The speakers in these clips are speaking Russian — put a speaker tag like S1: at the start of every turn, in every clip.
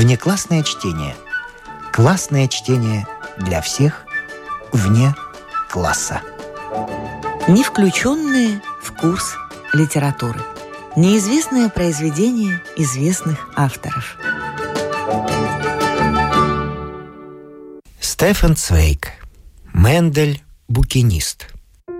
S1: Внеклассное чтение. Классное чтение для всех вне класса.
S2: Не включенные в курс литературы. Неизвестное произведение известных авторов.
S1: Стефан Цвейг. Мендель «Букинист».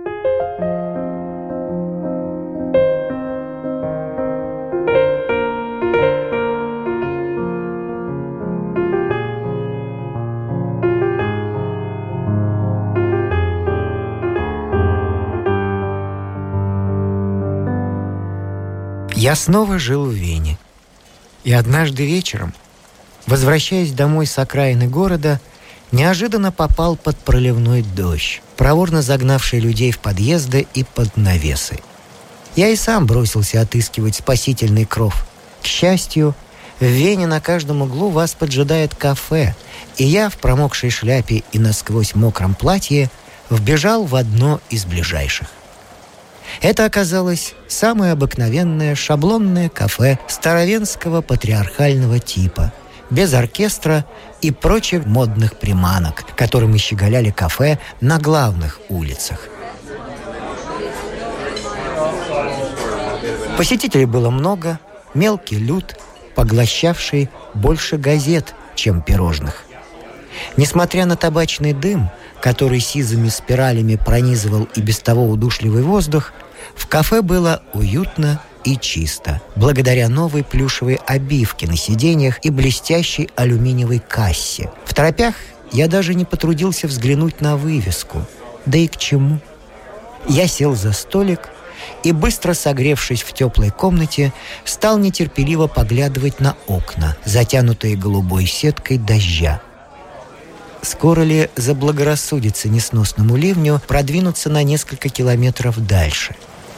S1: Я снова жил в Вене. И однажды вечером, возвращаясь домой с окраины города, неожиданно попал под проливной дождь, проворно загнавший людей в подъезды и под навесы. Я и сам бросился отыскивать спасительный кров. К счастью, в Вене на каждом углу вас поджидает кафе, и я в промокшей шляпе и насквозь мокром платье вбежал в одно из ближайших. Это оказалось самое обыкновенное шаблонное кафе старовенского патриархального типа, без оркестра и прочих модных приманок, которыми щеголяли кафе на главных улицах. Посетителей было много, мелкий люд, поглощавший больше газет, чем пирожных. Несмотря на табачный дым, который сизыми спиралями пронизывал и без того удушливый воздух, в кафе было уютно и чисто, благодаря новой плюшевой обивке на сиденьях и блестящей алюминиевой кассе. В торопях я даже не потрудился взглянуть на вывеску. Да и к чему? Я сел за столик и, быстро согревшись в теплой комнате, стал нетерпеливо поглядывать на окна, затянутые голубой сеткой дождя. Скоро ли заблагорассудится несносному ливню продвинуться на несколько километров дальше?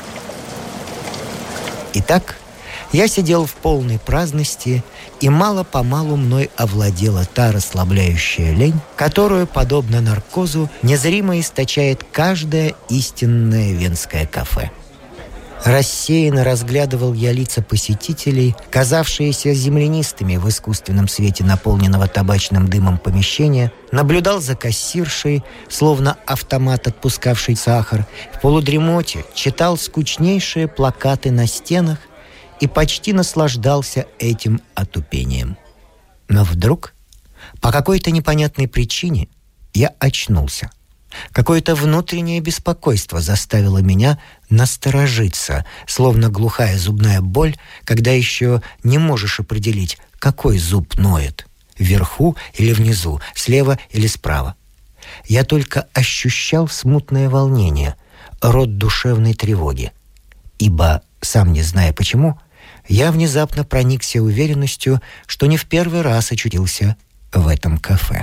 S1: Итак, я сидел в полной праздности, и мало-помалу мной овладела та расслабляющая лень, которую, подобно наркозу, незримо источает каждое истинное венское кафе. Рассеянно разглядывал я лица посетителей, казавшиеся землянистыми в искусственном свете наполненного табачным дымом помещения, наблюдал за кассиршей, словно автомат, отпускавший сахар, в полудремоте читал скучнейшие плакаты на стенах и почти наслаждался этим отупением. Но вдруг, по какой-то непонятной причине, я очнулся. Какое-то внутреннее беспокойство заставило меня насторожиться, словно глухая зубная боль, когда еще не можешь определить, какой зуб ноет — вверху или внизу, слева или справа. Я только ощущал смутное волнение, род душевной тревоги, ибо, сам не зная почему, я внезапно проникся уверенностью, что не в первый раз очутился в этом кафе.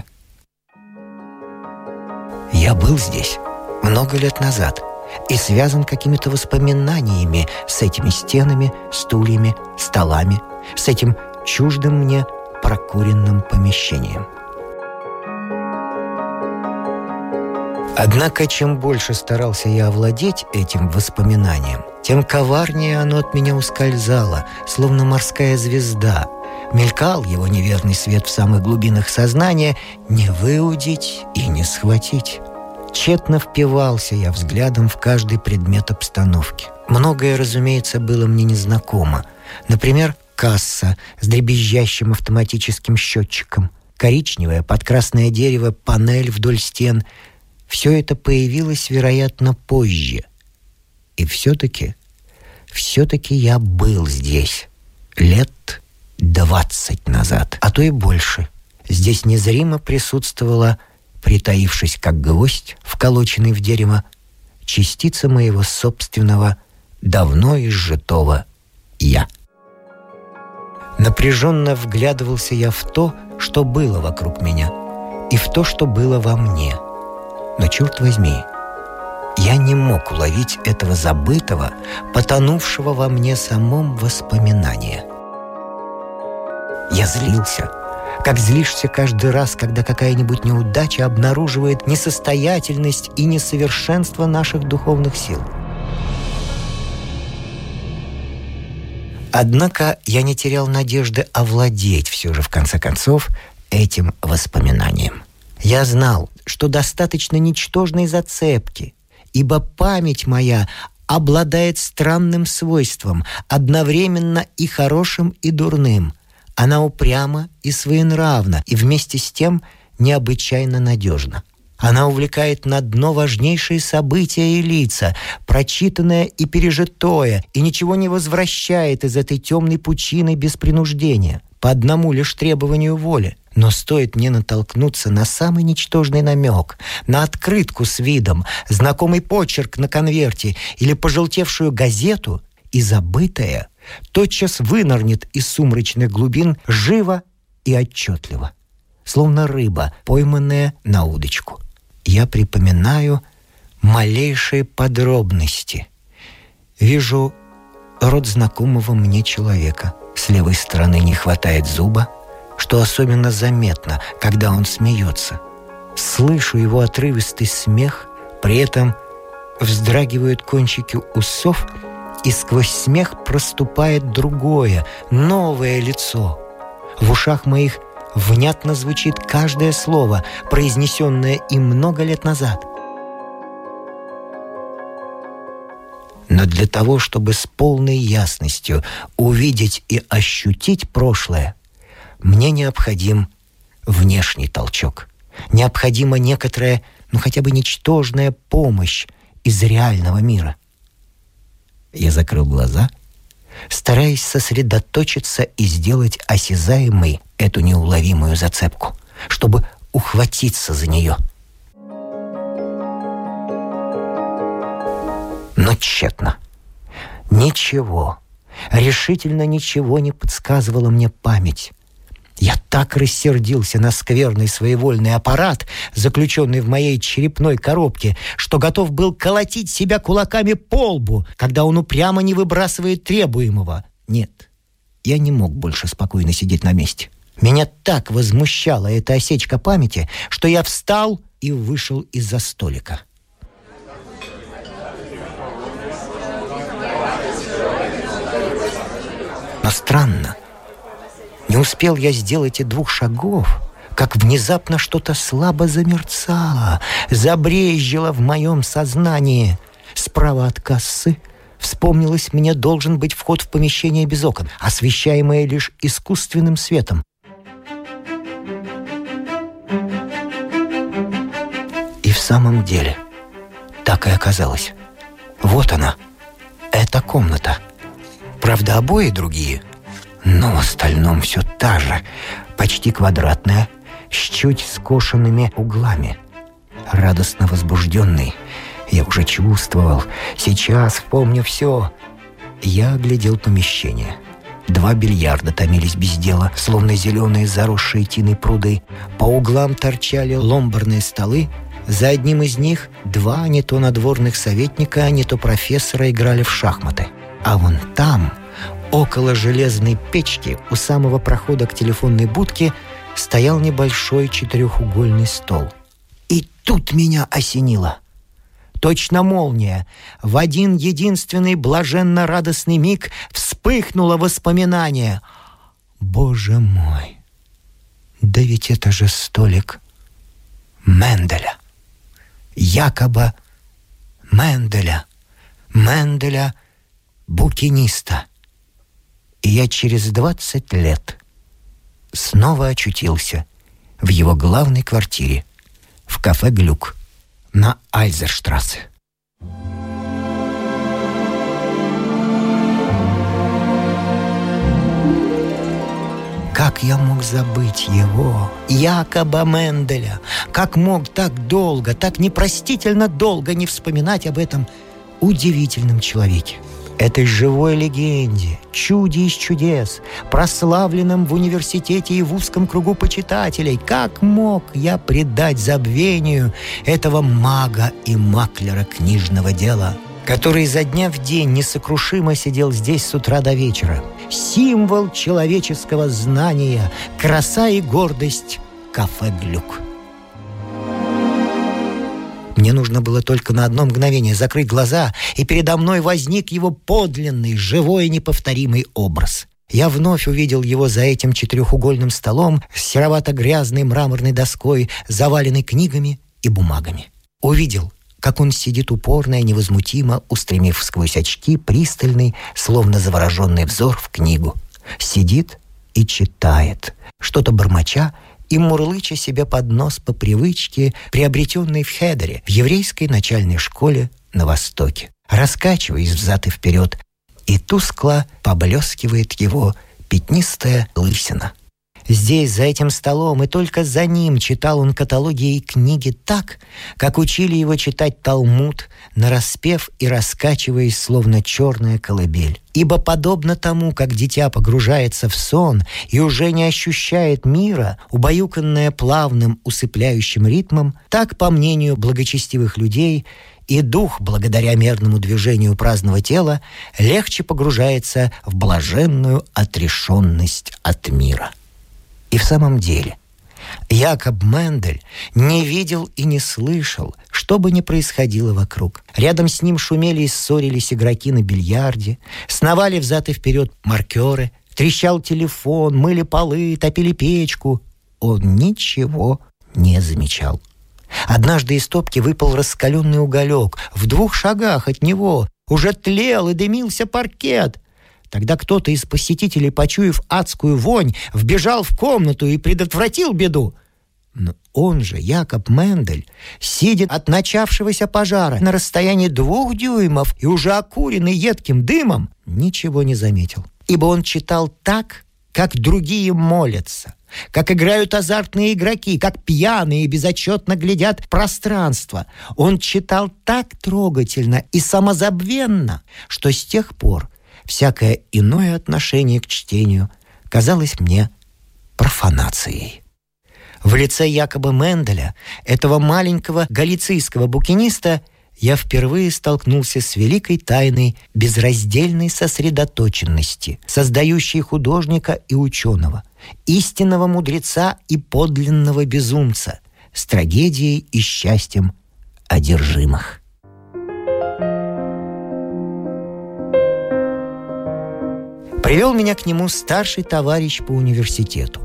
S1: Я был здесь много лет назад и связан какими-то воспоминаниями с этими стенами, стульями, столами, с этим чуждым мне прокуренным помещением. Однако, чем больше старался я овладеть этим воспоминанием, тем коварнее оно от меня ускользало, словно морская звезда. Мелькал его неверный свет в самых глубинах сознания, не выудить и не схватить. Тщетно впивался я взглядом в каждый предмет обстановки. Многое, разумеется, было мне незнакомо. Например, касса с дребезжащим автоматическим счетчиком, коричневая под красное дерево панель вдоль стен. Все это появилось, вероятно, позже. И все-таки я был здесь лет 20 назад, а то и больше. Здесь незримо присутствовала, притаившись как гвоздь, вколоченный в дерево, частица моего собственного, давно изжитого «я». Напряженно вглядывался я в то, что было вокруг меня, и в то, что было во мне. Но, черт возьми, я не мог уловить этого забытого, потонувшего во мне самом воспоминания. Я злился, как злишься каждый раз, когда какая-нибудь неудача обнаруживает несостоятельность и несовершенство наших духовных сил. Однако я не терял надежды овладеть все же, в конце концов, этим воспоминанием. Я знал, что достаточно ничтожной зацепки, ибо память моя обладает странным свойством, одновременно и хорошим, и дурным. Она упряма и своенравна, и вместе с тем необычайно надежна. Она увлекает на дно важнейшие события и лица, прочитанное и пережитое, и ничего не возвращает из этой темной пучины без принуждения, по одному лишь требованию воли. Но стоит мне натолкнуться на самый ничтожный намек, на открытку с видом, знакомый почерк на конверте или пожелтевшую газету, и забытое тотчас вынырнет из сумрачных глубин живо и отчетливо, словно рыба, пойманная на удочку. Я припоминаю малейшие подробности. Вижу рот знакомого мне человека. С левой стороны не хватает зуба, что особенно заметно, когда он смеется. Слышу его отрывистый смех, при этом вздрагивают кончики усов, и сквозь смех проступает другое, новое лицо. В ушах моих внятно звучит каждое слово, произнесенное им много лет назад. Но для того, чтобы с полной ясностью увидеть и ощутить прошлое, мне необходим внешний толчок. Необходима некоторая, хотя бы ничтожная помощь из реального мира. Я закрыл глаза, стараясь сосредоточиться и сделать осязаемой эту неуловимую зацепку, чтобы ухватиться за нее. Но тщетно. Ничего, решительно ничего не подсказывала мне память. Я так рассердился на скверный своевольный аппарат, заключенный в моей черепной коробке, что готов был колотить себя кулаками по лбу, когда он упрямо не выбрасывает требуемого. Нет, я не мог больше спокойно сидеть на месте. Меня так возмущала эта осечка памяти, что я встал и вышел из-за столика. Но странно. Не успел я сделать и 2 шагов, как внезапно что-то слабо замерцало, забрезжило в моем сознании. Справа от кассы вспомнилось, мне должен быть вход в помещение без окон, освещаемое лишь искусственным светом. И в самом деле так и оказалось. Вот она, эта комната. Правда, обои другие, но в остальном все та же, почти квадратная, с чуть скошенными углами. Радостно возбужденный, я уже чувствовал, сейчас помню все. Я оглядел помещение. 2 бильярда томились без дела, словно зеленые заросшие тиной пруды. По углам торчали ломбарные столы. За одним из них 2 не то надворных советника, не то профессора играли в шахматы. А вон там, около железной печки, у самого прохода к телефонной будке, стоял небольшой 4-угольный стол. И тут меня осенило. Точно молния, в один единственный блаженно-радостный миг вспыхнуло воспоминание. Боже мой, да ведь это же столик Менделя. Якоба Менделя. Менделя букиниста. И я через 20 лет снова очутился в его главной квартире, в кафе «Глюк» на Альзерштрассе. Как я мог забыть его, Якоба Менделя? Как мог так долго, так непростительно долго не вспоминать об этом удивительном человеке? Этой живой легенде, чуде из чудес, прославленном в университете и в узком кругу почитателей. Как мог я предать забвению этого мага и маклера книжного дела, который изо дня в день несокрушимо сидел здесь с утра до вечера? Символ человеческого знания, краса и гордость кафе «Глюк». Мне нужно было только на одно мгновение закрыть глаза, и передо мной возник его подлинный, живой, неповторимый образ. Я вновь увидел его за этим четырехугольным столом с серовато-грязной мраморной доской, заваленной книгами и бумагами. Увидел, как он сидит упорно и невозмутимо, устремив сквозь очки пристальный, словно завороженный взор в книгу. Сидит и читает, что-то бормоча и мурлыча себе под нос по привычке, приобретенной в Хедере, в еврейской начальной школе на Востоке, раскачиваясь взад и вперед, и тускло поблескивает его пятнистая лысина. Здесь, за этим столом, и только за ним читал он каталоги и книги так, как учили его читать Талмуд, нараспев и раскачиваясь, словно черная колыбель. Ибо подобно тому, как дитя погружается в сон и уже не ощущает мира, убаюканное плавным усыпляющим ритмом, так, по мнению благочестивых людей, и дух, благодаря мерному движению праздного тела, легче погружается в блаженную отрешенность от мира. И в самом деле, Якоб Мендель не видел и не слышал, что бы ни происходило вокруг. Рядом с ним шумели и ссорились игроки на бильярде, сновали взад и вперед маркеры, трещал телефон, мыли полы, топили печку. Он ничего не замечал. Однажды из топки выпал раскаленный уголек. В 2 шагах от него уже тлел и дымился паркет. Тогда кто-то из посетителей, почуяв адскую вонь, вбежал в комнату и предотвратил беду. Но он же, Якоб Мендель, сидя от начавшегося пожара на расстоянии 2 дюймов и уже окуренный едким дымом, ничего не заметил. Ибо он читал так, как другие молятся, как играют азартные игроки, как пьяные безотчетно глядят в пространство. Он читал так трогательно и самозабвенно, что с тех пор всякое иное отношение к чтению казалось мне профанацией. В лице Якоба Менделя, этого маленького галицийского букиниста, я впервые столкнулся с великой тайной безраздельной сосредоточенности, создающей художника и ученого, истинного мудреца и подлинного безумца, с трагедией и счастьем одержимых. Привел меня к нему старший товарищ по университету.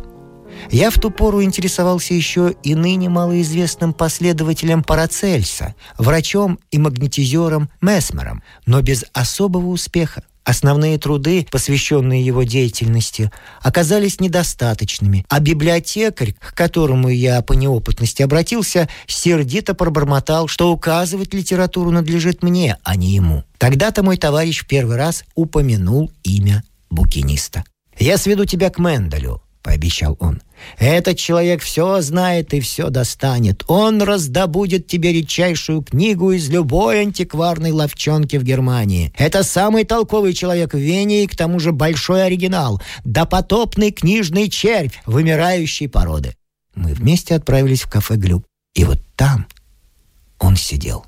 S1: Я в ту пору интересовался еще и ныне малоизвестным последователем Парацельса, врачом и магнетизером Месмером, но без особого успеха. Основные труды, посвященные его деятельности, оказались недостаточными, а библиотекарь, к которому я по неопытности обратился, сердито пробормотал, что указывать литературу надлежит мне, а не ему. Тогда-то мой товарищ в первый раз упомянул имя букиниста. «Я сведу тебя к Менделю», — пообещал он. «Этот человек все знает и все достанет. Он раздобудет тебе редчайшую книгу из любой антикварной лавчонки в Германии. Это самый толковый человек в Вене и к тому же большой оригинал, допотопный книжный червь вымирающей породы». Мы вместе отправились в кафе «Глюб». И вот там он сидел.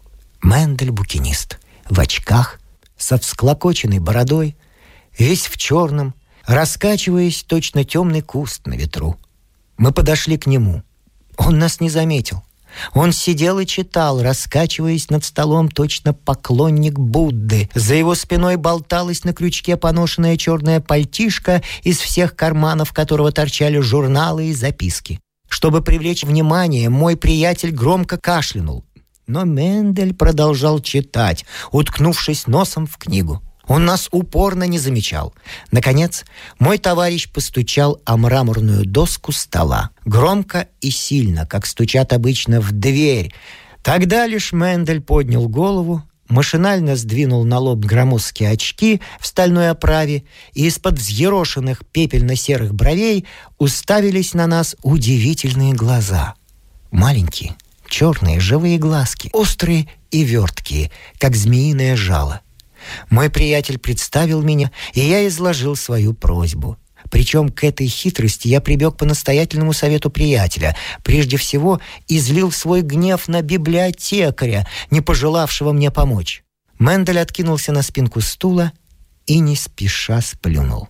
S1: Мендель-букинист, в очках, со всклокоченной бородой, весь в черном, раскачиваясь, точно темный куст на ветру. Мы подошли к нему. Он нас не заметил. Он сидел и читал, раскачиваясь над столом, точно поклонник Будды. За его спиной болталась на крючке поношенная черная пальтишко, из всех карманов которого торчали журналы и записки. Чтобы привлечь внимание, мой приятель громко кашлянул. Но Мендель продолжал читать, уткнувшись носом в книгу. Он нас упорно не замечал. Наконец, мой товарищ постучал о мраморную доску стола. Громко и сильно, как стучат обычно в дверь. Тогда лишь Мендель поднял голову, машинально сдвинул на лоб громоздкие очки в стальной оправе, и из-под взъерошенных пепельно-серых бровей уставились на нас удивительные глаза. Маленькие, черные, живые глазки, острые и верткие, как змеиное жало. Мой приятель представил меня, и я изложил свою просьбу. Причем к этой хитрости я прибег по настоятельному совету приятеля. Прежде всего, излил свой гнев на библиотекаря, не пожелавшего мне помочь. Мендель откинулся на спинку стула и не спеша сплюнул.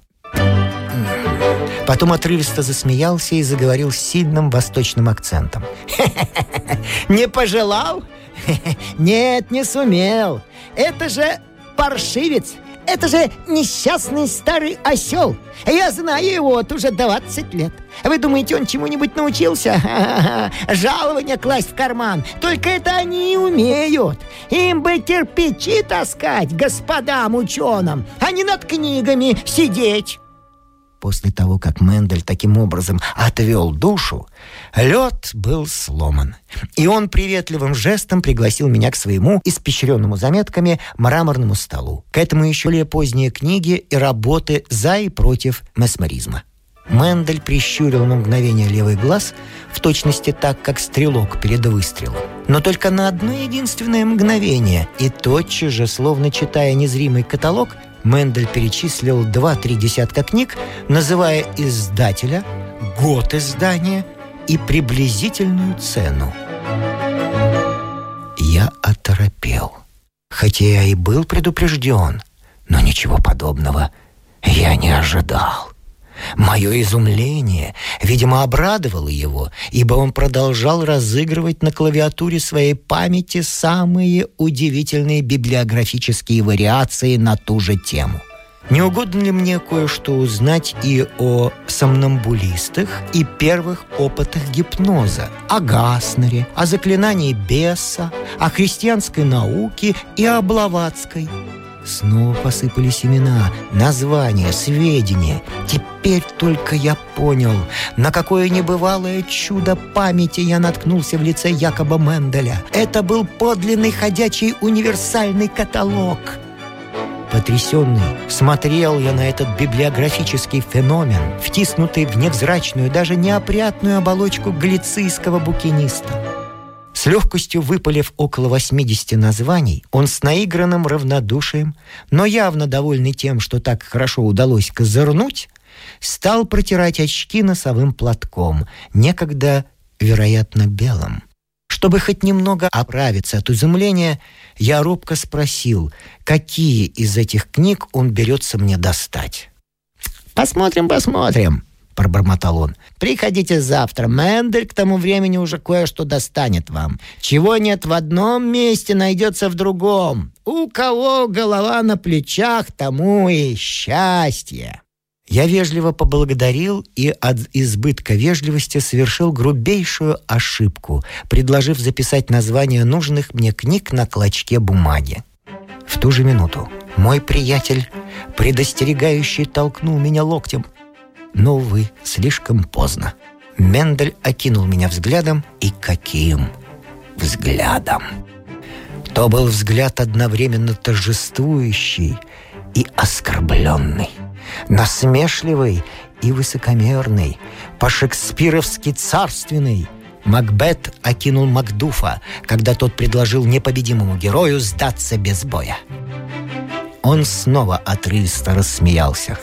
S1: Потом отрывисто засмеялся и заговорил с сильным восточным акцентом. «Не пожелал? Нет, не сумел. Это же паршивец. Это же несчастный старый осел. Я знаю его вот уже 20 лет. Вы думаете, он чему-нибудь научился? Жалования класть в карман. Только это они и умеют. Им бы кирпичи таскать, господам ученым, а не над книгами сидеть. После того, как Мендель таким образом отвел душу, лед был сломан. И он приветливым жестом пригласил меня к своему, испещренному заметками, мраморному столу. К этому еще более поздние книги и работы за и против месмеризма. Мендель прищурил на мгновение левый глаз, в точности так, как стрелок перед выстрелом. Но только на одно единственное мгновение, и тотчас же, словно читая незримый каталог, Мендель перечислил 2-3 десятка книг, называя издателя, год издания и приблизительную цену. Я оторопел. Хотя я и был предупрежден, но ничего подобного я не ожидал. Мое изумление, видимо, обрадовало его, ибо он продолжал разыгрывать на клавиатуре своей памяти самые удивительные библиографические вариации на ту же тему. Не угодно ли мне кое-что узнать и о сомнамбулистах и первых опытах гипноза, о Гаснере, о заклинании беса, о христианской науке и о Блаватской? Снова посыпались имена, названия, сведения. Теперь только я понял, на какое небывалое чудо памяти я наткнулся в лице Якоба Менделя. Это был подлинный ходячий универсальный каталог. Потрясенный, смотрел я на этот библиографический феномен, втиснутый в невзрачную, даже неопрятную оболочку галицийского букиниста. С легкостью выпалив около 80 названий, он с наигранным равнодушием, но явно довольный тем, что так хорошо удалось козырнуть, стал протирать очки носовым платком, некогда, вероятно, белым. Чтобы хоть немного оправиться от изумления, я робко спросил, какие из этих книг он берется мне достать. «Посмотрим», — пробормотал он. «Приходите завтра. Мендель к тому времени уже кое-что достанет вам. Чего нет в одном месте, найдется в другом. У кого голова на плечах, тому и счастье». Я вежливо поблагодарил и от избытка вежливости совершил грубейшую ошибку, предложив записать названия нужных мне книг на клочке бумаги. В ту же минуту мой приятель, предостерегающий, толкнул меня локтем. Но, увы, слишком поздно. Мендель окинул меня взглядом, и каким взглядом! То был взгляд одновременно торжествующий и оскорбленный, насмешливый и высокомерный, по-шекспировски царственный. Макбет окинул Макдуфа, когда тот предложил непобедимому герою сдаться без боя. Он снова отрывисто рассмеялся.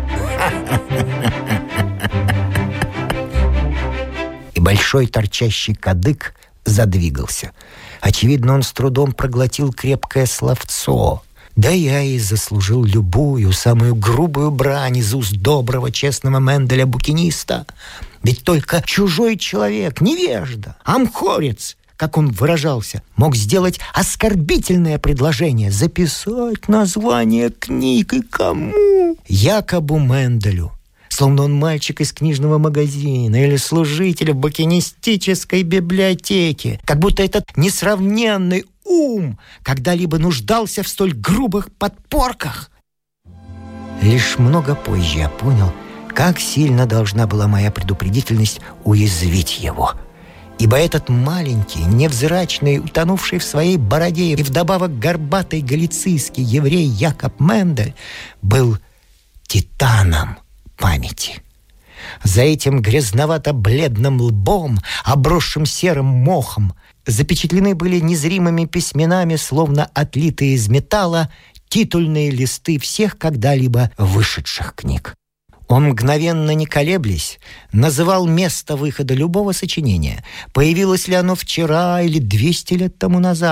S1: И большой торчащий кадык задвигался. Очевидно, он с трудом проглотил крепкое словцо. Да я и заслужил любую, самую грубую брань из уст доброго, честного Менделя-букиниста. Ведь только чужой человек, невежда, амхорец, как он выражался, мог сделать оскорбительное предложение записать название книг. И кому? Якобу Менделю. Словно он мальчик из книжного магазина или служитель в букинистической библиотеке. Как будто этот несравненный ум когда-либо нуждался в столь грубых подпорках. Лишь много позже я понял, как сильно должна была моя предупредительность уязвить его. Ибо этот маленький, невзрачный, утонувший в своей бороде и вдобавок горбатый галицийский еврей Якоб Мендель был титаном памяти. За этим грязновато-бледным лбом, обросшим серым мохом, запечатлены были незримыми письменами, словно отлитые из металла, титульные листы всех когда-либо вышедших книг. Он, мгновенно не колеблясь, называл место выхода любого сочинения, появилось ли оно вчера или 200 лет тому назад,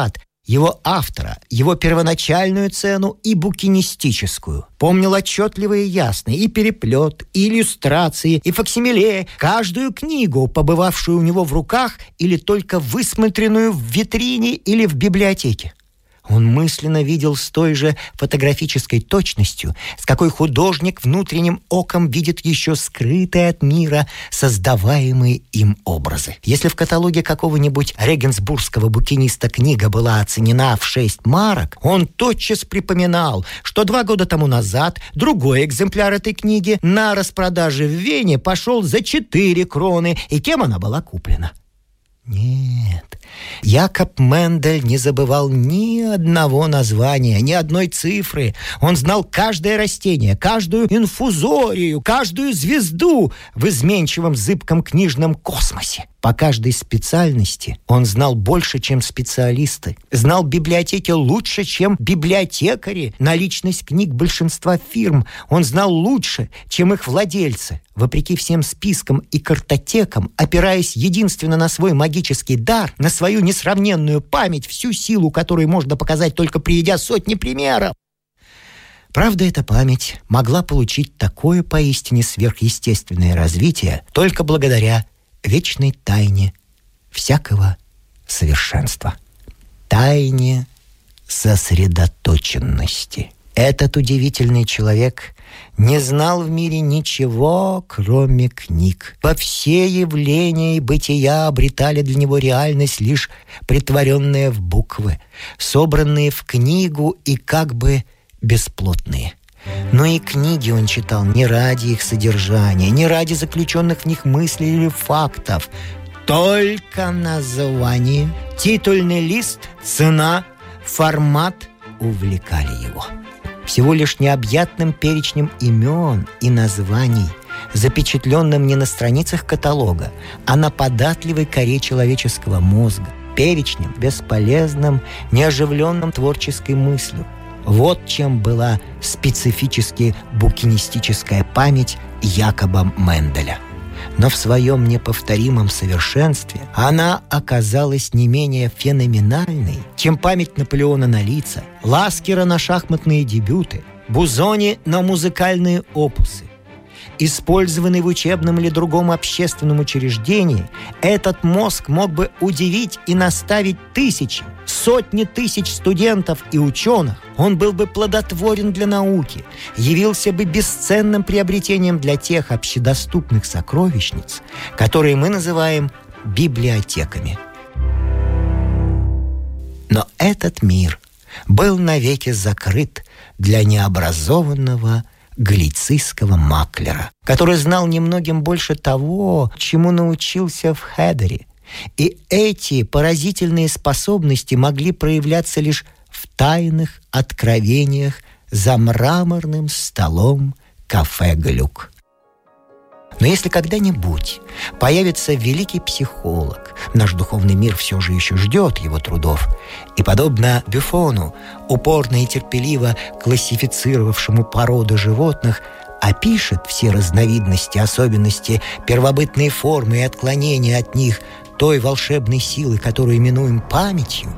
S1: его автора, его первоначальную цену и букинистическую. Помнил отчетливо и ясно и переплет, и иллюстрации, и факсимиле, каждую книгу, побывавшую у него в руках или только высмотренную в витрине или в библиотеке. Он мысленно видел с той же фотографической точностью, с какой художник внутренним оком видит еще скрытые от мира создаваемые им образы. Если в каталоге какого-нибудь регенсбургского букиниста книга была оценена в 6 марок, он тотчас припоминал, что 2 года тому назад другой экземпляр этой книги на распродаже в Вене пошел за 4 кроны, и кем она была куплена. Нет, Якоб Мендель не забывал ни одного названия, ни одной цифры. Он знал каждое растение, каждую инфузорию, каждую звезду в изменчивом зыбком книжном космосе. По каждой специальности он знал больше, чем специалисты. Знал библиотеки лучше, чем библиотекари. Наличность книг большинства фирм он знал лучше, чем их владельцы. Вопреки всем спискам и картотекам, опираясь единственно на свой магический дар, на свою несравненную память, всю силу которой можно показать, только приведя сотни примеров. Правда, эта память могла получить такое поистине сверхъестественное развитие только благодаря вечной тайне всякого совершенства. Тайне сосредоточенности. Этот удивительный человек не знал в мире ничего, кроме книг. Во все явления и бытия обретали для него реальность лишь притворенные в буквы, собранные в книгу и как бы бесплотные. Но и книги он читал не ради их содержания, не ради заключенных в них мыслей или фактов. Только название, титульный лист, цена, формат увлекали его. Всего лишь необъятным перечнем имен и названий, запечатленным не на страницах каталога, а на податливой коре человеческого мозга, перечнем, бесполезным, неоживленным творческой мыслью. Вот чем была специфически букинистическая память Якоба Менделя. Но в своем неповторимом совершенстве она оказалась не менее феноменальной, чем память Наполеона на лица, Ласкера на шахматные дебюты, Бузони на музыкальные опусы. Использованный в учебном или другом общественном учреждении, этот мозг мог бы удивить и наставить тысячи, сотни тысяч студентов и ученых. Он был бы плодотворен для науки, явился бы бесценным приобретением для тех общедоступных сокровищниц, которые мы называем библиотеками. Но этот мир был навеки закрыт для необразованного галицийского маклера, который знал немногим больше того, чему научился в Хедере. И эти поразительные способности могли проявляться лишь в тайных откровениях за мраморным столом кафе «Глюк». Но если когда-нибудь появится великий психолог, наш духовный мир все же еще ждет его трудов, и, подобно Бюфону, упорно и терпеливо классифицировавшему породы животных, опишет все разновидности, особенности, первобытные формы и отклонения от них той волшебной силы, которую именуем памятью,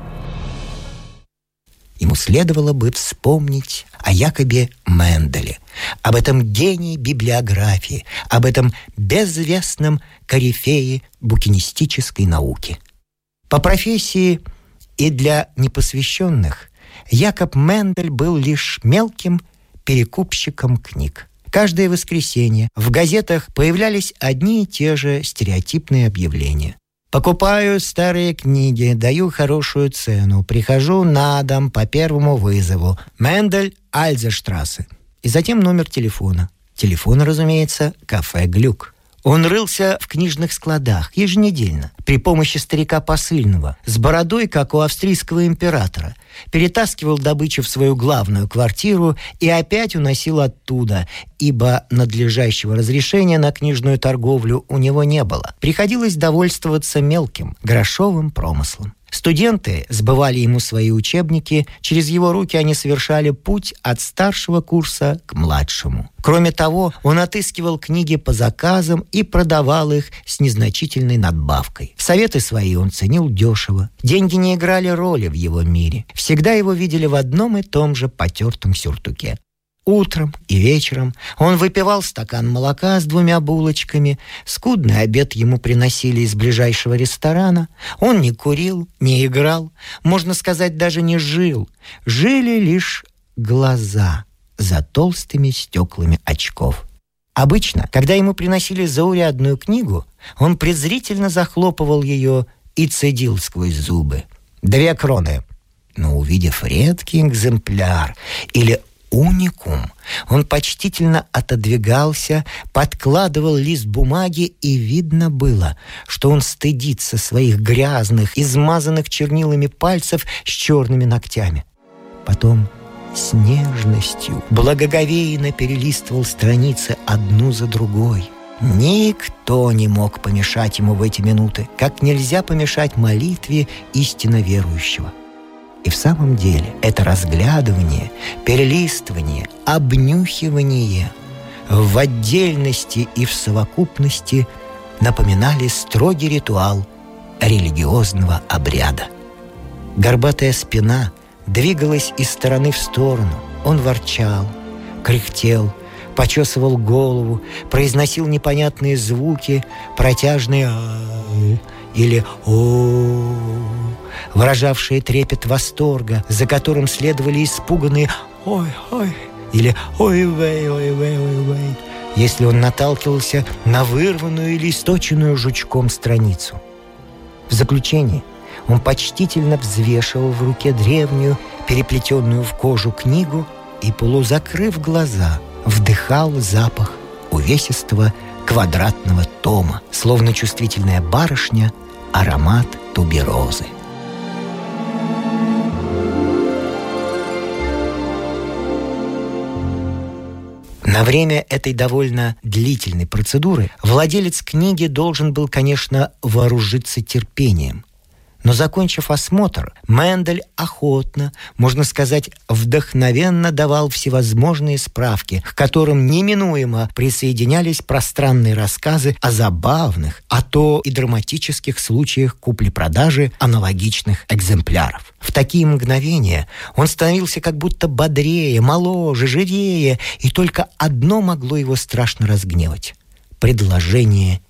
S1: ему следовало бы вспомнить о Якобе Менделе, об этом гении библиографии, об этом безвестном корифее букинистической науки. По профессии и для непосвященных Якоб Мендель был лишь мелким перекупщиком книг. Каждое воскресенье в газетах появлялись одни и те же стереотипные объявления. «Покупаю старые книги, даю хорошую цену, прихожу на дом по первому вызову. Мендель, Альзерштрассе». И затем номер телефона. Телефон, разумеется, кафе «Глюк». Он рылся в книжных складах еженедельно при помощи старика посыльного с бородой, как у австрийского императора, перетаскивал добычу в свою главную квартиру и опять уносил оттуда, ибо надлежащего разрешения на книжную торговлю у него не было. Приходилось довольствоваться мелким, грошовым промыслом. Студенты сбывали ему свои учебники, через его руки они совершали путь от старшего курса к младшему. Кроме того, он отыскивал книги по заказам и продавал их с незначительной надбавкой. Советы свои он ценил дешево. Деньги не играли роли в его мире. Всегда его видели в одном и том же потертом сюртуке. Утром и вечером он выпивал стакан молока с 2 булочками. Скудный обед ему приносили из ближайшего ресторана. Он не курил, не играл, можно сказать, даже не жил. Жили лишь глаза за толстыми стеклами очков. Обычно, когда ему приносили заурядную книгу, он презрительно захлопывал ее и цедил сквозь зубы: 2 кроны. Но, увидев редкий экземпляр или уникум, он почтительно отодвигался, подкладывал лист бумаги, и видно было, что он стыдится своих грязных, измазанных чернилами пальцев с черными ногтями. Потом с нежностью благоговейно перелистывал страницы одну за другой. Никто не мог помешать ему в эти минуты, как нельзя помешать молитве истинно верующего. И в самом деле это разглядывание, перелистывание, обнюхивание в отдельности и в совокупности напоминали строгий ритуал религиозного обряда. Горбатая спина двигалась из стороны в сторону. Он ворчал, кряхтел, почесывал голову, произносил непонятные звуки, протяжные «а» или «о», выражавшие трепет восторга, за которым следовали испуганные «ой-ой» или «ой-вей, ой-вей, ой-вей», если он наталкивался на вырванную или источенную жучком страницу. В заключение он почтительно взвешивал в руке древнюю, переплетенную в кожу книгу и, полузакрыв глаза, вдыхал запах увесистого квадратного тома, словно чувствительная барышня, аромат туберозы. На время этой довольно длительной процедуры владелец книги должен был, конечно, вооружиться терпением. Но, закончив осмотр, Мендель охотно, можно сказать, вдохновенно давал всевозможные справки, к которым неминуемо присоединялись пространные рассказы о забавных, а то и драматических случаях купли-продажи аналогичных экземпляров. В такие мгновения он становился как будто бодрее, моложе, живее, и только одно могло его страшно разгневать – предложение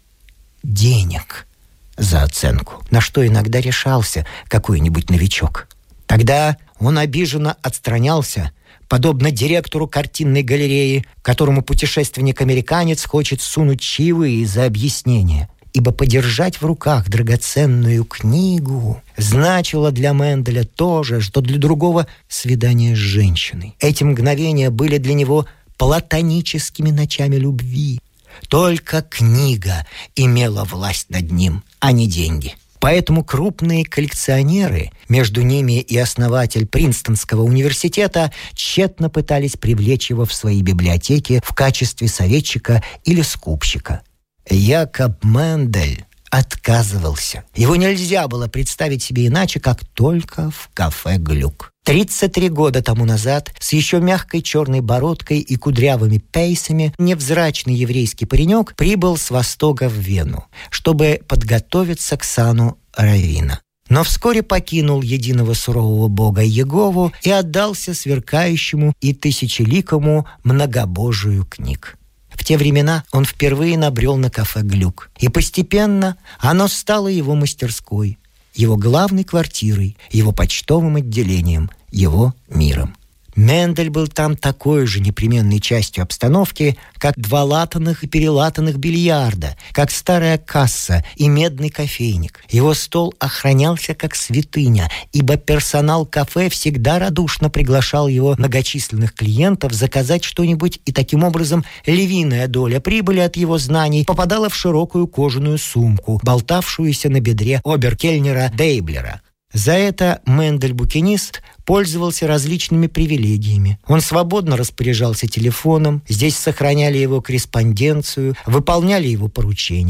S1: денег за оценку, на что иногда решался какой-нибудь новичок. Тогда он обиженно отстранялся, подобно директору картинной галереи, которому путешественник-американец хочет сунуть чаевые за объяснение. Ибо подержать в руках драгоценную книгу значило для Менделя то же, что для другого свидание с женщиной. Эти мгновения были для него платоническими ночами любви. Только книга имела власть над ним, а не деньги. Поэтому крупные коллекционеры, между ними и основатель Принстонского университета, тщетно пытались привлечь его в свои библиотеки в качестве советчика или скупщика. Якоб Мендель отказывался. Его нельзя было представить себе иначе, как только в кафе «Глюк». 33 года тому назад, с еще мягкой черной бородкой и кудрявыми пейсами, невзрачный еврейский паренек прибыл с востока в Вену, чтобы подготовиться к сану раввина. Но вскоре покинул единого сурового бога Иегову и отдался сверкающему и тысячеликому многобожию книг. В те времена он впервые набрел на кафе «Глюк», и постепенно оно стало его мастерской, его главной квартирой, его почтовым отделением, его миром. Мендель был там такой же непременной частью обстановки, как 2 латаных и перелатанных бильярда, как старая касса и медный кофейник. Его стол охранялся как святыня, ибо персонал кафе всегда радушно приглашал его многочисленных клиентов заказать что-нибудь, и таким образом львиная доля прибыли от его знаний попадала в широкую кожаную сумку, болтавшуюся на бедре оберкельнера Дейблера. За это Мендель-букинист пользовался различными привилегиями. Он свободно распоряжался телефоном, здесь сохраняли его корреспонденцию, выполняли его поручения.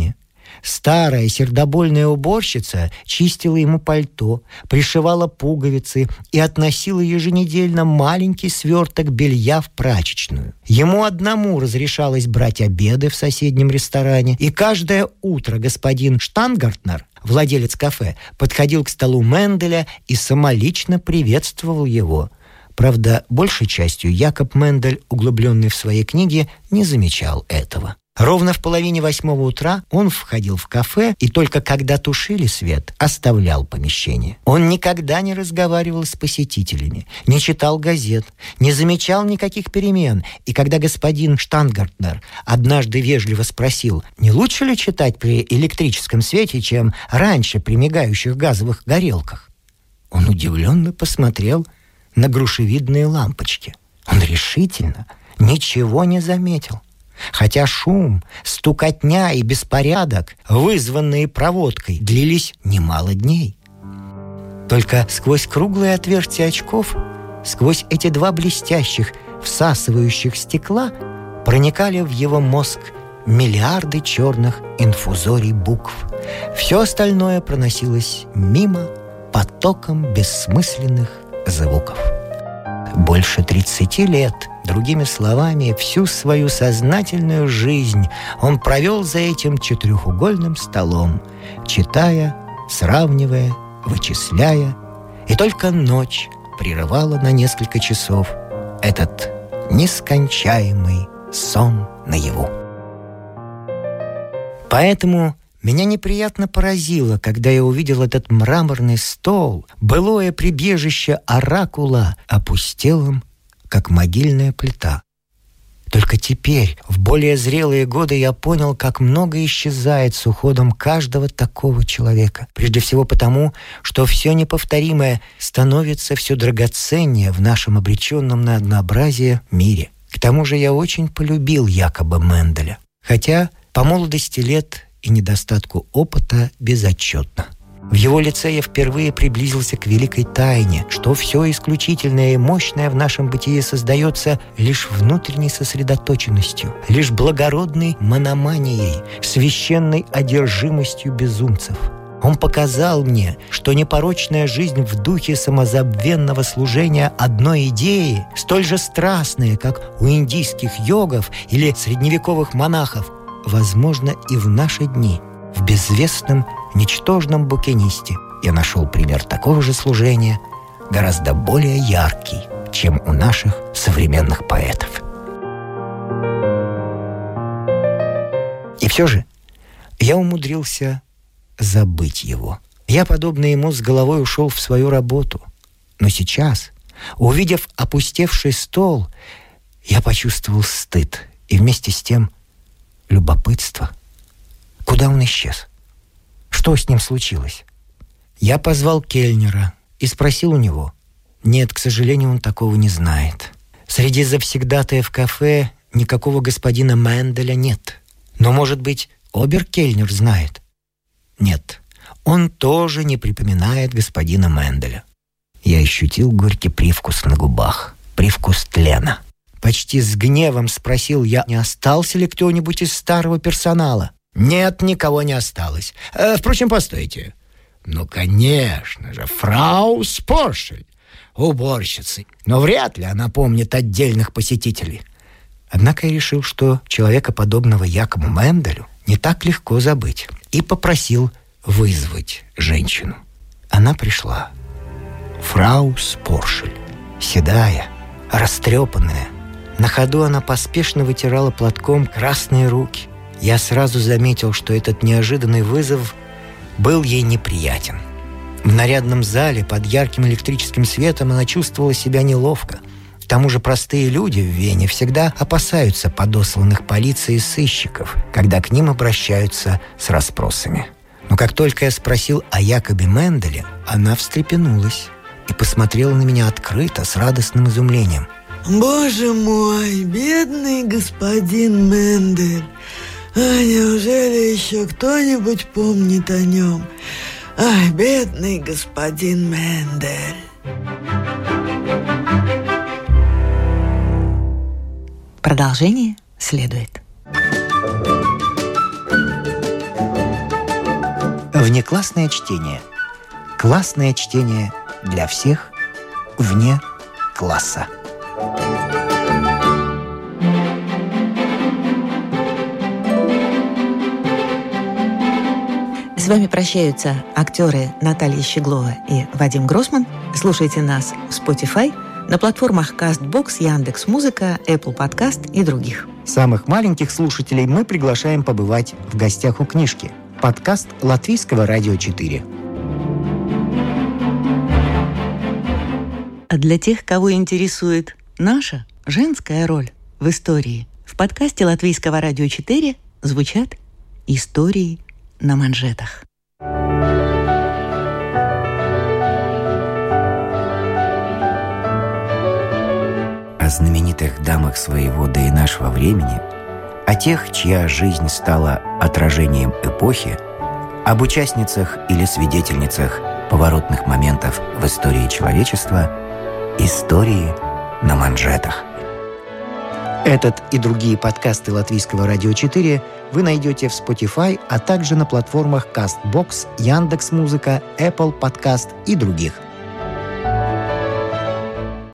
S1: Старая сердобольная уборщица чистила ему пальто, пришивала пуговицы и относила еженедельно маленький сверток белья в прачечную. Ему одному разрешалось брать обеды в соседнем ресторане, и каждое утро господин Штангартнер, владелец кафе, подходил к столу Менделя и самолично приветствовал его. Правда, большей частью Якоб Мендель, углубленный в свои книги, не замечал этого. Ровно в 7:30 утра он входил в кафе и только когда тушили свет, оставлял помещение. Он никогда не разговаривал с посетителями, не читал газет, не замечал никаких перемен. И когда господин Штангартнер однажды вежливо спросил, не лучше ли читать при электрическом свете, чем раньше при мигающих газовых горелках, он удивленно посмотрел на грушевидные лампочки. Он решительно ничего не заметил. Хотя шум, стукотня и беспорядок, вызванные проводкой, длились немало дней. Только сквозь круглые отверстия очков, сквозь эти два блестящих, всасывающих стекла, проникали в его мозг миллиарды черных инфузорий букв. Все остальное проносилось мимо потоком бессмысленных звуков. Больше 30 лет, другими словами, всю свою сознательную жизнь он провел за этим четырехугольным столом, читая, сравнивая, вычисляя, и только ночь прерывала на несколько часов этот нескончаемый сон наяву. Поэтому меня неприятно поразило, когда я увидел этот мраморный стол, былое прибежище оракула, опустелым, как могильная плита. Только теперь, в более зрелые годы, я понял, как много исчезает с уходом каждого такого человека. Прежде всего потому, что все неповторимое становится все драгоценнее в нашем обреченном на однообразие мире. К тому же я очень полюбил Якоба Менделя, хотя по молодости лет и недостатку опыта безотчетно. В его лице я впервые приблизился к великой тайне, что все исключительное и мощное в нашем бытии создается лишь внутренней сосредоточенностью, лишь благородной мономанией, священной одержимостью безумцев. Он показал мне, что непорочная жизнь в духе самозабвенного служения одной идеи, столь же страстная, как у индийских йогов или средневековых монахов, возможно и в наши дни. В безвестном, ничтожном букинисте я нашел пример такого же служения, гораздо более яркий, чем у наших современных поэтов. И все же я умудрился забыть его. Я, подобно ему, с головой ушел в свою работу. Но сейчас, увидев опустевший стол, я почувствовал стыд и вместе с тем любопытство. Куда он исчез? Что с ним случилось? Я позвал кельнера и спросил у него. Нет, к сожалению, он такого не знает. Среди завсегдатаев кафе никакого господина Менделя нет. Но, может быть, обер-кельнер знает? Нет, он тоже не припоминает господина Менделя. Я ощутил горький привкус на губах, привкус тлена. Почти с гневом спросил я, не остался ли кто-нибудь из старого персонала. Нет, никого не осталось. Впрочем, постойте. Ну, конечно же, фрау Споршель, уборщица. Но вряд ли она помнит отдельных посетителей. Однако я решил, что человека, подобного Якобу Менделю, не так легко забыть. И попросил вызвать женщину. Она пришла. Фрау Споршель, седая, растрепанная. На ходу она поспешно вытирала платком красные руки. Я сразу заметил, что этот неожиданный вызов был ей неприятен. В нарядном зале под ярким электрическим светом она чувствовала себя неловко. К тому же простые люди в Вене всегда опасаются подосланных полицией сыщиков, когда к ним обращаются с расспросами. Но как только я спросил о Якобе Менделе, она встрепенулась и посмотрела на меня открыто, с радостным изумлением.
S3: «Боже мой, бедный господин Мендель! А неужели еще кто-нибудь помнит о нем? Ах, бедный господин Мендель!»
S2: Продолжение следует.
S1: Внеклассное чтение. Классное чтение для всех вне класса.
S2: С вами прощаются актеры Наталья Щеглова и Вадим Гроссман. Слушайте нас в Spotify, на платформах CastBox, Яндекс.Музыка, Apple Podcast и других.
S1: Самых маленьких слушателей мы приглашаем побывать в гостях у книжки. Подкаст Латвийского радио 4.
S2: А для тех, кого интересует наша женская роль в истории, в подкасте Латвийского радио 4 звучат истории на манжетах.
S1: О знаменитых дамах своего да и нашего времени, о тех, чья жизнь стала отражением эпохи, об участницах или свидетельницах поворотных моментов в истории человечества, истории на манжетах. Этот и другие подкасты Латвийского радио 4 вы найдете в Spotify, а также на платформах CastBox, Яндекс.Музыка, Apple Podcast и других.